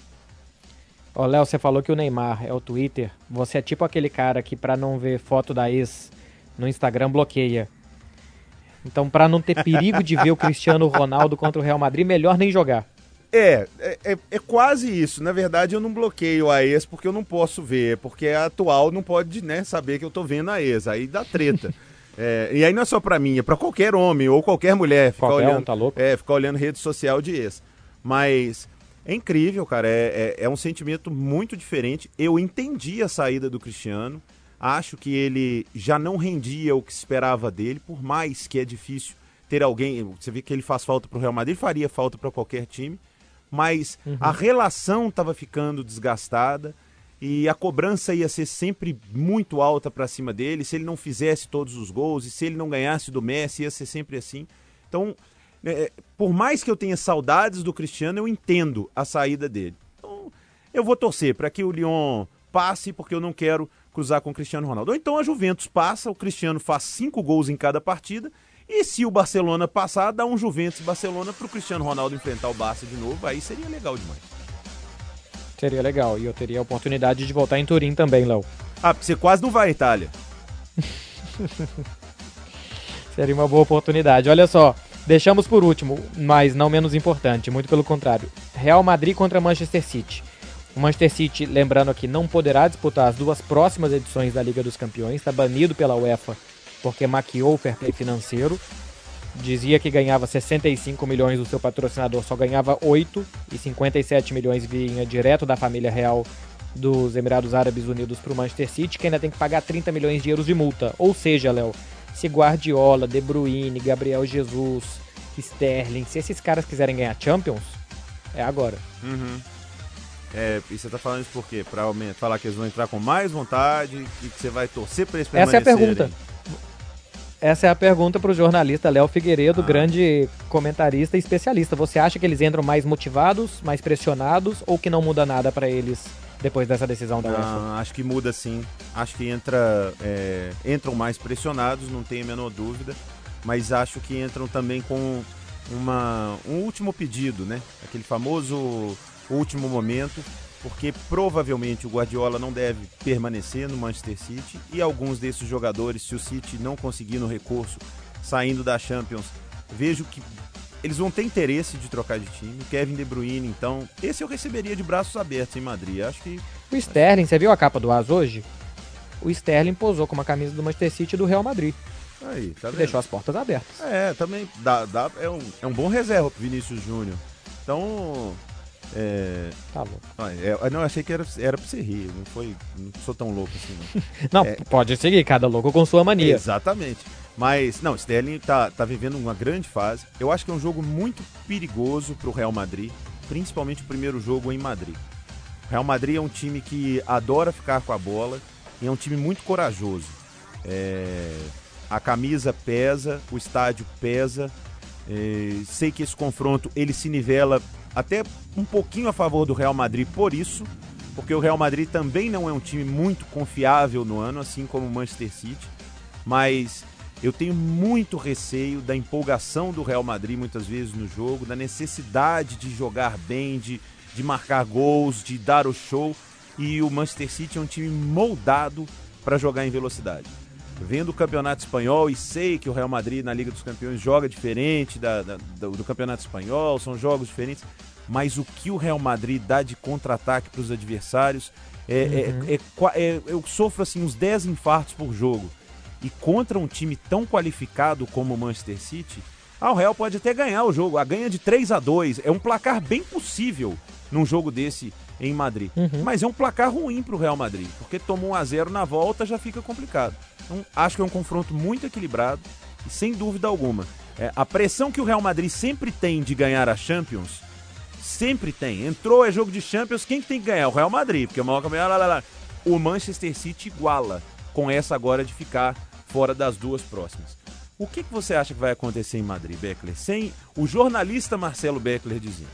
S2: Ô, Léo, você falou que o Neymar é o Twitter, você é tipo aquele cara que pra não ver foto da ex no Instagram bloqueia. Então, pra não ter perigo de ver o Cristiano Ronaldo contra o Real Madrid, melhor nem jogar.
S3: É, é, é quase isso. Na verdade, eu não bloqueio a ex porque eu não posso ver, porque a atual não pode, né, saber que eu tô vendo a ex, aí dá treta. É, e aí não é só pra mim, é pra qualquer homem ou qualquer mulher ficar
S2: qualquer
S3: olhando,
S2: um, tá louco?
S3: É, ficar olhando rede social de ex. Mas é incrível, cara, é, é, é um sentimento muito diferente. Eu entendi a saída do Cristiano, acho que ele já não rendia o que se esperava dele, por mais que é difícil ter alguém, você vê que ele faz falta pro Real Madrid, faria falta para qualquer time, mas uhum. a relação estava ficando desgastada e a cobrança ia ser sempre muito alta para cima dele, se ele não fizesse todos os gols e se ele não ganhasse do Messi, ia ser sempre assim. Então, é, por mais que eu tenha saudades do Cristiano, eu entendo a saída dele. Então, eu vou torcer para que o Lyon passe, porque eu não quero cruzar com o Cristiano Ronaldo. Ou então a Juventus passa, o Cristiano faz cinco gols em cada partida, e se o Barcelona passar, dá um Juventus e Barcelona para o Cristiano Ronaldo enfrentar o Barça de novo, aí seria legal demais.
S2: Seria legal, e eu teria a oportunidade de voltar em Turim também, Léo.
S3: Ah, porque você quase não vai à Itália.
S2: Seria uma boa oportunidade. Olha só, deixamos por último, mas não menos importante, muito pelo contrário. Real Madrid contra Manchester City. O Manchester City, lembrando aqui, não poderá disputar as duas próximas edições da Liga dos Campeões, está banido pela UEFA porque maquiou o fair play financeiro. Dizia que ganhava sessenta e cinco milhões, o seu patrocinador só ganhava oito, e cinquenta e sete milhões vinha direto da família real dos Emirados Árabes Unidos para o Manchester City, que ainda tem que pagar trinta milhões de euros de multa. Ou seja, Léo, se Guardiola, De Bruyne, Gabriel Jesus, Sterling, se esses caras quiserem ganhar Champions, é agora.
S3: Uhum. É, e você tá falando isso por quê? Pra falar que eles vão entrar com mais vontade e que você vai torcer pra eles permanecerem?
S2: Essa é a pergunta. essa é a pergunta para o jornalista Léo Figueiredo,
S3: Ah.
S2: grande comentarista e especialista. Você acha que eles entram mais motivados, mais pressionados, ou que não muda nada para eles depois dessa decisão da UEFA?
S3: Ah, acho que muda sim. Acho que entra, é, entram mais pressionados, não tenho a menor dúvida. Mas acho que entram também com uma, um último pedido, né? Aquele famoso último momento, porque provavelmente o Guardiola não deve permanecer no Manchester City e alguns desses jogadores, se o City não conseguir no recurso, saindo da Champions, vejo que eles vão ter interesse de trocar de time. Kevin De Bruyne, então, esse eu receberia de braços abertos em Madrid. Acho que
S2: O Sterling, você viu a capa do A S hoje? O Sterling posou com uma camisa do Manchester City e do Real Madrid.
S3: aí, tá
S2: E
S3: vendo?
S2: deixou as portas abertas.
S3: É, também dá, dá, é, um, é um bom reserva pro Vinícius Júnior. Então, é,
S2: Tá louco.
S3: ah, é, não, eu achei que era, era pra você rir, não foi, não sou tão louco assim, não.
S2: Não,
S3: É.
S2: pode seguir, cada louco com sua mania.
S3: Exatamente. Mas, não, Sterling tá, tá vivendo uma grande fase. Eu acho que é um jogo muito perigoso pro Real Madrid, principalmente o primeiro jogo em Madrid. O Real Madrid é um time que adora ficar com a bola e é um time muito corajoso. É, a camisa pesa, o estádio pesa. É, sei que esse confronto ele se nivela até um pouquinho a favor do Real Madrid por isso, porque o Real Madrid também não é um time muito confiável no ano, assim como o Manchester City, mas eu tenho muito receio da empolgação do Real Madrid muitas vezes no jogo, da necessidade de jogar bem, de, de marcar gols, de dar o show, e o Manchester City é um time moldado para jogar em velocidade. Vendo o campeonato espanhol, e sei que o Real Madrid na Liga dos Campeões joga diferente da, da, do, do campeonato espanhol, são jogos diferentes, mas o que o Real Madrid dá de contra-ataque para os adversários, é,
S2: Uhum.
S3: é, é, é, eu sofro assim uns dez infartos por jogo. E contra um time tão qualificado como o Manchester City, ah, o Real pode até ganhar o jogo, a ganha de três a dois, é um placar bem possível num jogo desse em Madrid.
S2: Uhum.
S3: Mas é um placar ruim para o Real Madrid, porque tomou um a zero na volta, já fica complicado. Então, acho que é um confronto muito equilibrado e sem dúvida alguma. É, a pressão que o Real Madrid sempre tem de ganhar a Champions, sempre tem. Entrou, é jogo de Champions, quem que tem que ganhar? O Real Madrid, porque o maior campeão, lá, lá, lá. O Manchester City iguala com essa agora de ficar fora das duas próximas. O que, que você acha que vai acontecer em Madrid, Beckler? Sem o jornalista Marcelo Beckler dizendo.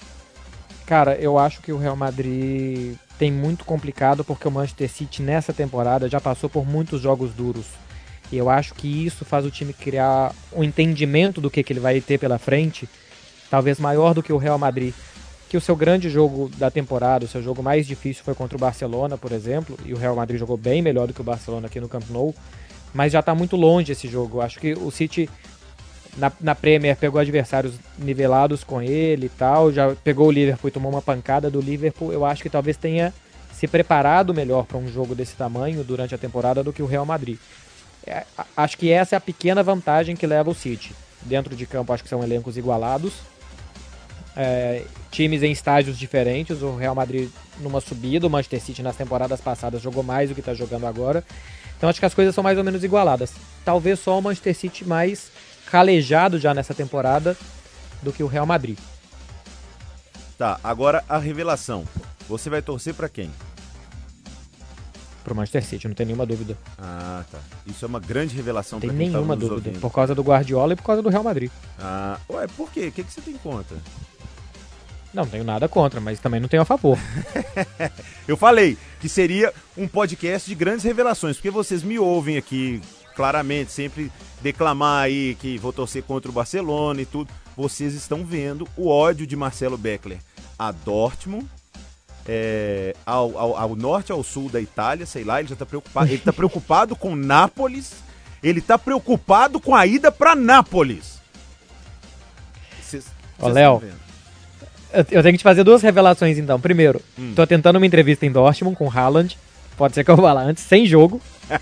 S2: Cara, eu acho que o Real Madrid tem muito complicado porque o Manchester City nessa temporada já passou por muitos jogos duros. E eu acho que isso faz o time criar um entendimento do que, que ele vai ter pela frente, talvez maior do que o Real Madrid. Que o seu grande jogo da temporada, o seu jogo mais difícil foi contra o Barcelona, por exemplo, e o Real Madrid jogou bem melhor do que o Barcelona aqui no Camp Nou, mas já está muito longe esse jogo. Eu acho que o City na, na Premier pegou adversários nivelados com ele e tal, já pegou o Liverpool e tomou uma pancada do Liverpool. Eu acho que talvez tenha se preparado melhor para um jogo desse tamanho durante a temporada do que o Real Madrid. É, acho que essa é a pequena vantagem que leva o City. Dentro de campo acho que são elencos igualados, é, times em estágios diferentes. O Real Madrid numa subida, o Manchester City nas temporadas passadas jogou mais do que está jogando agora. Então acho que as coisas são mais ou menos igualadas. Talvez só o Manchester City mais calejado já nessa temporada do que o Real Madrid.
S3: Tá, agora a revelação. Você vai torcer pra quem?
S2: Pro Manchester City, não tem nenhuma dúvida.
S3: Ah, tá. Isso é uma grande revelação
S2: Não tem
S3: pra quem tá
S2: nenhuma
S3: nos
S2: dúvida.
S3: ouvindo.
S2: Por causa do Guardiola e por causa do Real Madrid.
S3: Ah, ué, por quê? O que, que você tem contra?
S2: Não, não tenho nada contra, mas também não tenho a favor.
S3: Eu falei que seria um podcast de grandes revelações, porque vocês me ouvem aqui claramente, sempre declamar aí que vou torcer contra o Barcelona e tudo. Vocês estão vendo o ódio de Marcelo Beckler a Dortmund, é, ao, ao, ao norte, ao sul da Itália, sei lá, ele já tá preocupado. Ele tá preocupado com Nápoles, ele tá preocupado com a ida pra Nápoles. Cês,
S2: Ô,
S3: cês
S2: Léo,
S3: tão vendo?
S2: Eu eu tenho que te fazer duas revelações então. Primeiro,
S3: Hum.
S2: tô tentando uma entrevista em Dortmund com o Haaland. Pode ser que eu vá lá antes, sem jogo.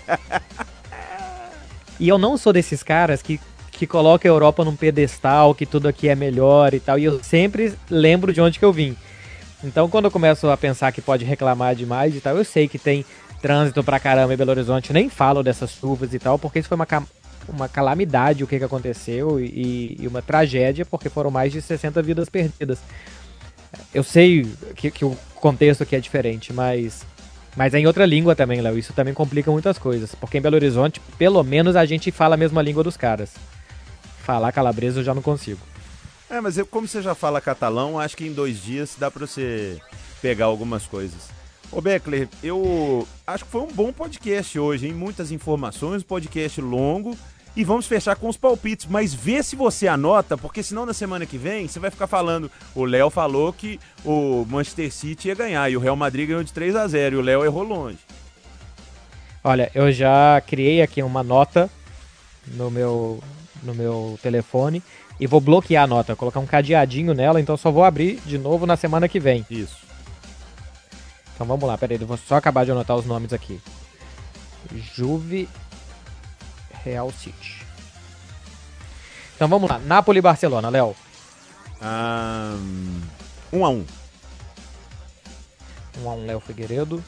S2: E eu não sou desses caras que, que coloca a Europa num pedestal, que tudo aqui é melhor e tal. E eu sempre lembro de onde que eu vim. Então quando eu começo a pensar que pode reclamar demais e tal, eu sei que tem trânsito pra caramba em Belo Horizonte. Nem falo dessas chuvas e tal, porque isso foi uma, ca- uma calamidade o que, que aconteceu e, e uma tragédia, porque foram mais de sessenta vidas perdidas. Eu sei que, que o contexto aqui é diferente, mas Mas é em outra língua também, Léo. Isso também complica muitas coisas. Porque em Belo Horizonte, pelo menos a gente fala a mesma língua dos caras. Falar calabresa eu já não consigo.
S3: É, mas eu, como você já fala catalão, acho que em dois dias dá pra você pegar algumas coisas. Ô Beckler, eu acho que foi um bom podcast hoje, hein? Muitas informações, podcast longo. E vamos fechar com os palpites, mas vê se você anota, porque senão na semana que vem você vai ficar falando. O Léo falou que o Manchester City ia ganhar e o Real Madrid ganhou de três a zero e o Léo errou longe.
S2: Olha, eu já criei aqui uma nota no meu, no meu telefone e vou bloquear a nota, colocar um cadeadinho nela, então só vou abrir de novo na semana que vem.
S3: Isso.
S2: Então vamos lá, peraí, eu vou só acabar de anotar os nomes aqui. Juve... Real City. Então vamos lá, Napoli e Barcelona, Léo.
S3: Um, um a um.
S2: Um a um, Léo Figueiredo.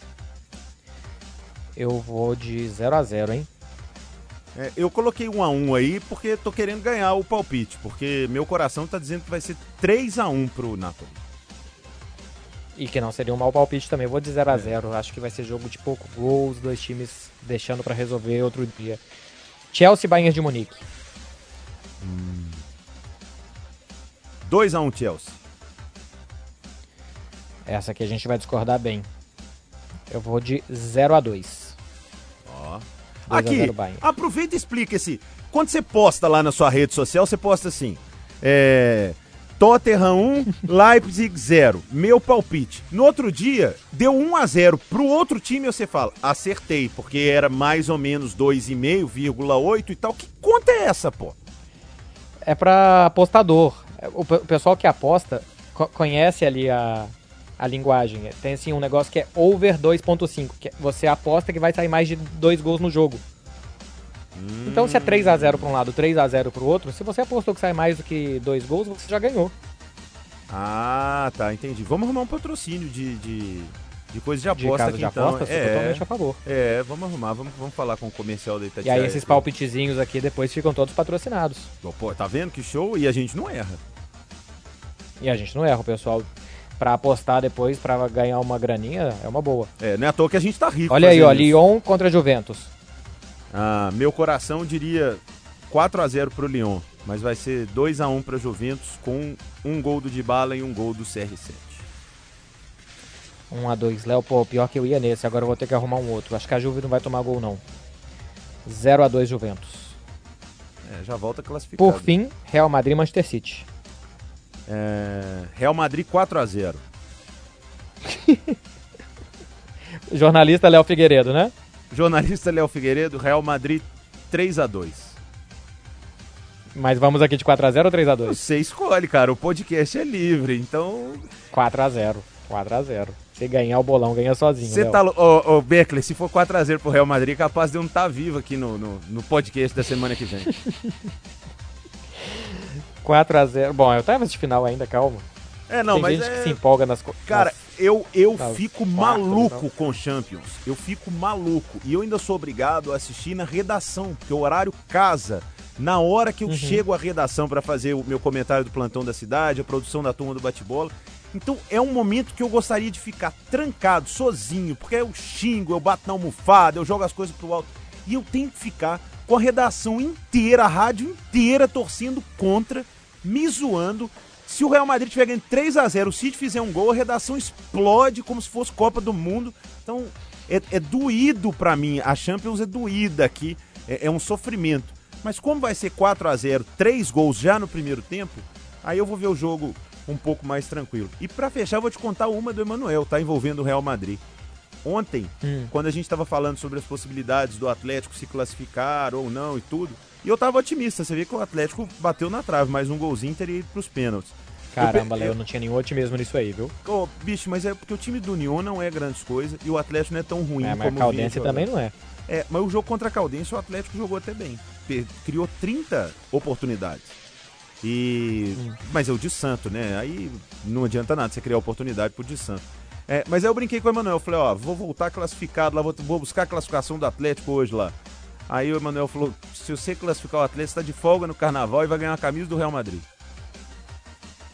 S2: Eu vou de zero a zero, hein?
S3: É, eu coloquei um a um aí porque tô querendo ganhar o palpite, porque meu coração tá dizendo que vai ser três a um pro Napoli.
S2: E que não seria um mau palpite também, eu vou de zero a zero. É. Acho que vai ser jogo de pouco gol, os dois times deixando pra resolver outro dia. Chelsea e Bayern de Munique.
S3: Hum. dois a um Chelsea.
S2: Essa aqui a gente vai discordar bem. Eu vou de zero a dois.
S3: Ó. Aqui, aproveita e explica esse. Quando você posta lá na sua rede social, você posta assim: é, Tottenham um, Leipzig zero. Meu palpite. No outro dia, deu um a zero pro outro time e você fala: acertei, porque era mais ou menos dois vírgula cinco, vírgula oito e tal. Que conta é essa, pô?
S2: É pra apostador. O pessoal que aposta conhece ali a, a linguagem. Tem assim um negócio que é over dois ponto cinco, que você aposta que vai sair mais de dois gols no jogo. Hum. Então se é três a zero para um lado, três a zero pro outro, se você apostou que sai mais do que dois gols, você já ganhou.
S3: Ah, tá, entendi. Vamos arrumar um patrocínio de, de, de coisa de aposta
S2: de casa
S3: aqui,
S2: de
S3: então.
S2: aposta,
S3: é,
S2: totalmente a favor.
S3: É, vamos arrumar, vamos, vamos falar com o comercial da Itatiaia.
S2: E aí esses palpitezinhos aqui depois ficam todos patrocinados.
S3: Pô, tá vendo que show? E a gente não erra.
S2: E a gente não erra, o pessoal. Pra apostar depois, pra ganhar uma graninha, é uma boa.
S3: É, não é à toa que a gente tá rico.
S2: Olha aí, ó, isso. Lyon contra Juventus.
S3: Ah, meu coração diria quatro a zero pro Lyon, mas vai ser dois a um pra Juventus com um gol do Dybala e um gol do C R sete.
S2: um a dois, Léo, pô, pior que eu ia nesse, agora eu vou ter que arrumar um outro. Acho que a Juve não vai tomar gol, não. zero a dois Juventus.
S3: É, já volta classificado.
S2: Por fim, Real Madrid e Manchester City.
S3: É, Real Madrid quatro a zero.
S2: Jornalista Léo Figueiredo, né?
S3: Jornalista Léo Figueiredo, Real Madrid três a dois.
S2: Mas vamos aqui de quatro a zero ou três a dois?
S3: Você escolhe, cara, o podcast é livre, então...
S2: quatro a zero, quatro a zero. Se ganhar o bolão, ganha sozinho,
S3: Você tá... Ô, ô, Beckler, se for quatro a zero pro Real Madrid, é capaz de eu não estar vivo aqui no, no, no podcast da semana que vem.
S2: quatro a zero. Bom, eu tava de final ainda, calma.
S3: É, não,
S2: Tem
S3: mas
S2: gente
S3: é...
S2: que se empolga nas coisas.
S3: Cara, eu, eu
S2: Nas
S3: fico
S2: quartas,
S3: maluco
S2: então.
S3: com Champions. Eu fico maluco. E eu ainda sou obrigado a assistir na redação, porque o horário casa. Na hora que eu
S2: Uhum.
S3: chego à redação para fazer o meu comentário do plantão da cidade, a produção da turma do bate-bola. Então é um momento que eu gostaria de ficar trancado, sozinho, porque eu xingo, eu bato na almofada, eu jogo as coisas pro alto. E eu tenho que ficar com a redação inteira, a rádio inteira torcendo contra, me zoando. Se o Real Madrid tiver ganhando três a zero, o City fizer um gol, a redação explode como se fosse Copa do Mundo. Então é, é doído pra mim, a Champions é doída aqui, é, é um sofrimento. Mas como vai ser quatro a zero, três gols já no primeiro tempo, aí eu vou ver o jogo um pouco mais tranquilo. E pra fechar, eu vou te contar uma do Emanuel, tá? Envolvendo o Real Madrid. Ontem, hum. quando a gente tava falando sobre as possibilidades do Atlético se classificar ou não e tudo, e eu tava otimista, você vê que o Atlético bateu na trave, mais um golzinho teria ido pros pênaltis.
S2: Caramba, Léo, eu não tinha nenhum otimismo nisso aí, viu?
S3: Oh, bicho, mas é porque o time do União não é grandes coisas e o Atlético não é tão ruim
S2: é, mas
S3: como
S2: a Caldense também não é.
S3: É, mas o jogo contra a Caldense, o Atlético jogou até bem. Criou trinta oportunidades. E... Hum. Mas é o de Santo, né? Aí não adianta nada você criar oportunidade pro de Santo. É, mas aí eu brinquei com o Emanuel, falei, ó, vou voltar classificado lá, vou, vou buscar a classificação do Atlético hoje lá. Aí o Emanuel falou, se você classificar o Atlético, você tá de folga no Carnaval e vai ganhar a camisa do Real Madrid.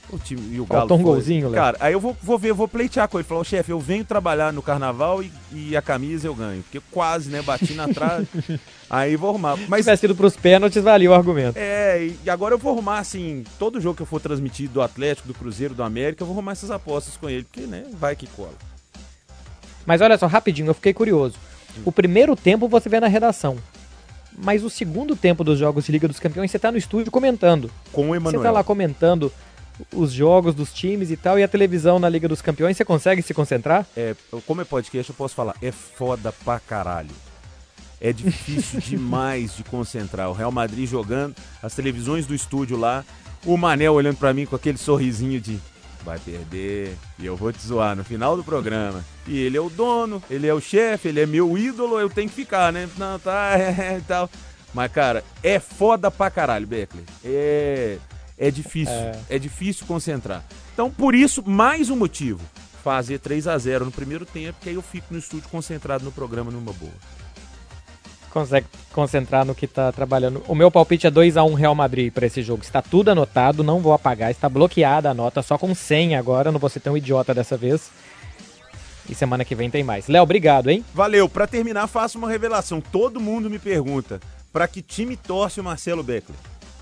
S3: O time, e o Galo
S2: Faltou um
S3: foi.
S2: golzinho, Léo.
S3: Cara, aí eu vou, vou ver, vou pleitear com ele. Falar, ô chefe, eu venho trabalhar no carnaval e, e a camisa eu ganho. Porque quase, né, bati na trave. Aí vou arrumar. Mas
S2: Se tivesse ido pros pênaltis, valia o argumento.
S3: É, e agora eu vou arrumar, assim, todo jogo que eu for transmitido do Atlético, do Cruzeiro, do América, eu vou arrumar essas apostas com ele, porque, né, vai que cola.
S2: Mas olha só, rapidinho, eu fiquei curioso. O primeiro tempo você vê na redação. Mas o segundo tempo dos jogos de Liga dos Campeões, você tá no estúdio comentando.
S3: Com o Emanuel.
S2: Você tá lá comentando os jogos dos times e tal, e a televisão na Liga dos Campeões, você consegue se concentrar?
S3: É, como é podcast, eu posso falar, é foda pra caralho. É difícil demais de concentrar. O Real Madrid jogando, as televisões do estúdio lá, o Manel olhando pra mim com aquele sorrisinho de vai perder e eu vou te zoar no final do programa. E ele é o dono, ele é o chefe, ele é meu ídolo, eu tenho que ficar, né? Não, tá, é, é tal. Mas, cara, é foda pra caralho, Beckler. É, é difícil, é. é difícil concentrar. Então, por isso, mais um motivo, fazer três a zero no primeiro tempo, que aí eu fico no estúdio concentrado no programa numa boa.
S2: Consegue concentrar no que tá trabalhando. O meu palpite é dois a um Real Madrid para esse jogo. Está tudo anotado, não vou apagar. Está bloqueada a nota, só com senha agora. Não vou ser tão idiota dessa vez. E semana que vem tem mais. Léo, obrigado, hein?
S3: Valeu. Para terminar, faço uma revelação. Todo mundo me pergunta, para que time torce o Marcelo Beckler?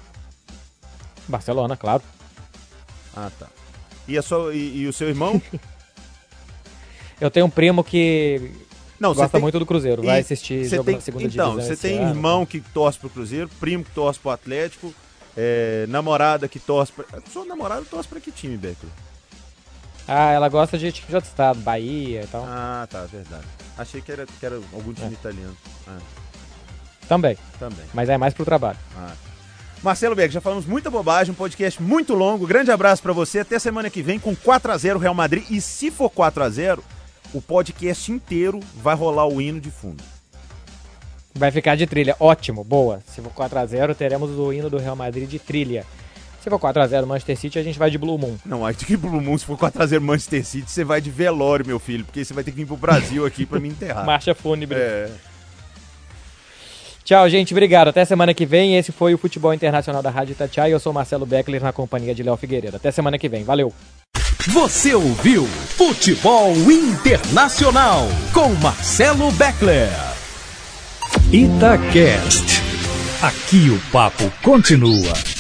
S2: Barcelona, claro.
S3: Ah, tá. E, a sua, e, e o seu irmão?
S2: Eu tenho um primo que...
S3: Não,
S2: gosta
S3: tem...
S2: muito do Cruzeiro, vai assistir jogo
S3: tem...
S2: na segunda
S3: então,
S2: divisão.
S3: Então, você tem
S2: ano.
S3: irmão que torce pro Cruzeiro, primo que torce pro Atlético, é... namorada que torce pra... Sua namorada torce pra que time, Beckler?
S2: Ah, ela gosta de time de outro estado, Bahia e tal.
S3: Ah, tá, verdade. Achei que era, que era algum time é. italiano. Ah.
S2: Também.
S3: Também.
S2: Mas é mais pro trabalho.
S3: Ah. Marcelo Beckler, já falamos muita bobagem, um podcast muito longo. Grande abraço pra você, até semana que vem com quatro a zero Real Madrid. E se for quatro a zero... o podcast inteiro vai rolar o hino de fundo.
S2: Vai ficar de trilha. Ótimo, boa. Se for quatro a zero, teremos o hino do Real Madrid de trilha. Se for quatro a zero Manchester City, a gente vai de Blue Moon.
S3: Não, acho que Blue Moon, se for quatro a zero Manchester City, você vai de velório, meu filho, porque você vai ter que vir pro Brasil aqui pra me enterrar.
S2: Marcha fúnebre.
S3: É.
S2: Tchau, gente. Obrigado. Até semana que vem. Esse foi o Futebol Internacional da Rádio Itatiaia. Eu sou Marcelo Beckler, na companhia de Léo Figueiredo. Até semana que vem. Valeu.
S1: Você ouviu Futebol Internacional com Marcelo Beckler. Itacast. Aqui o papo continua.